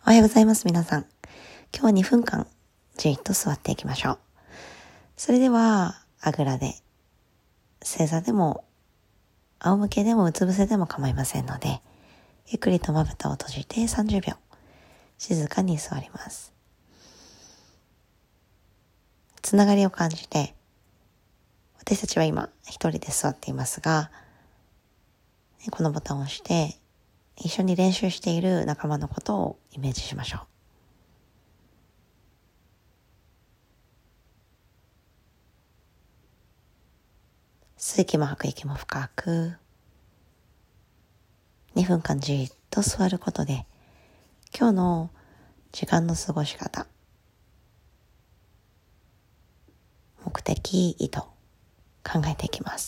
おはようございます。皆さん。今日は2分間じっと座っていきましょう。それでは、あぐらで、正座でも、仰向けでもうつ伏せでも構いませんので、ゆっくりとまぶたを閉じて30秒、静かに座ります。つながりを感じて、私たちは今一人で座っていますが、このボタンを押して、一緒に練習している仲間のことをイメージしましょう。吸う息も吐く息も深く、2分間じっと座ることで、今日の時間の過ごし方、目的、意図、考えていきます。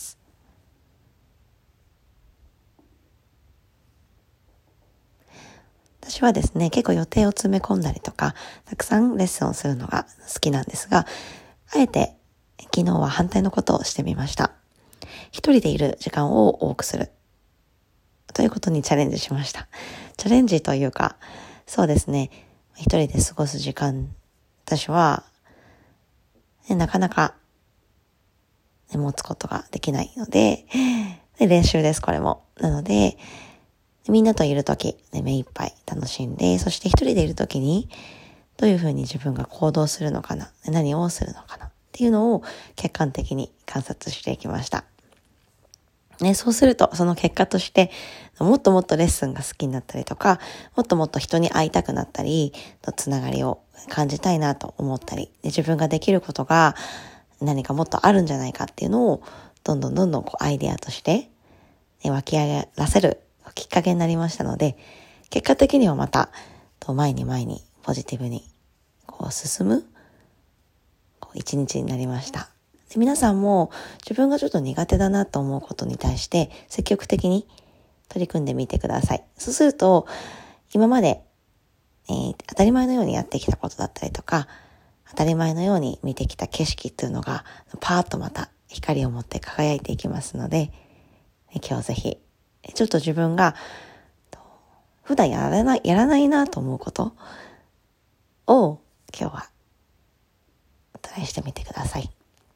私はですね、結構予定を詰め込んだりとか、たくさんレッスンをするのが好きなんですが、あえて昨日は反対のことをしてみました。一人でいる時間を多くする。ということにチャレンジしました。チャレンジというか、そうですね、一人で過ごす時間、私は、なかなか、持つことができないので、練習です、これも。なので、みんなといるとき、目いっぱい楽しんで、そして一人でいるときに、どういうふうに自分が行動するのかな、何をするのかなっていうのを客観的に観察していきました。そうすると、その結果として、もっともっとレッスンが好きになったりとか、もっともっと人に会いたくなったり、つながりを感じたいなと思ったり、自分ができることが何かもっとあるんじゃないかっていうのを、どんどんアイデアとして、湧き上げらせるきっかけになりましたので、結果的にはまた、前にポジティブに進む一日になりました。で、皆さんも自分がちょっと苦手だなと思うことに対して積極的に取り組んでみてください。そうすると今まで、当たり前のようにやってきたことだったりとか、当たり前のように見てきた景色っていうのがパーッとまた光を持って輝いていきますので、今日ぜひちょっと自分が普段やらないなと思うことを今日はトライしてみてください。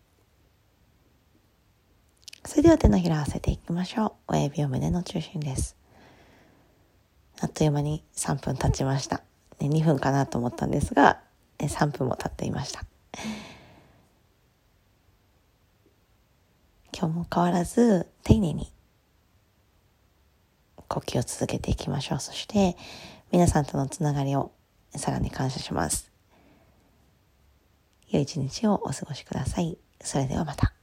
それでは手のひらを合わせていきましょう。親指を胸の中心です。あっという間に3分経ちました。2分かなと思ったんですが、3分も経っていました。今日も変わらず丁寧に呼吸を続けていきましょう。そして皆さんとのつながりをさらに感謝します。良い一日をお過ごしください。それではまた。